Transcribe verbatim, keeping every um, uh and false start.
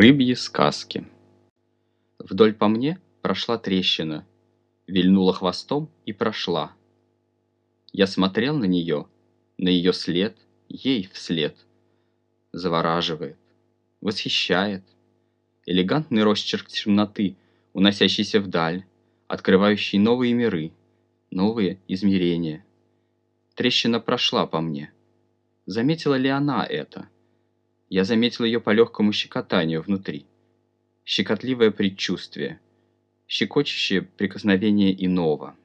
Рыбьи сказки. Вдоль по мне прошла трещина, вильнула хвостом и прошла. Я смотрел на нее, на ее след, ей вслед. Завораживает, восхищает. Элегантный росчерк темноты, уносящийся вдаль, открывающий новые миры, новые измерения. Трещина прошла по мне. Заметила ли она это? Я заметил ее по легкому щекотанию внутри. Щекотливое предчувствие, щекочущее прикосновение иного.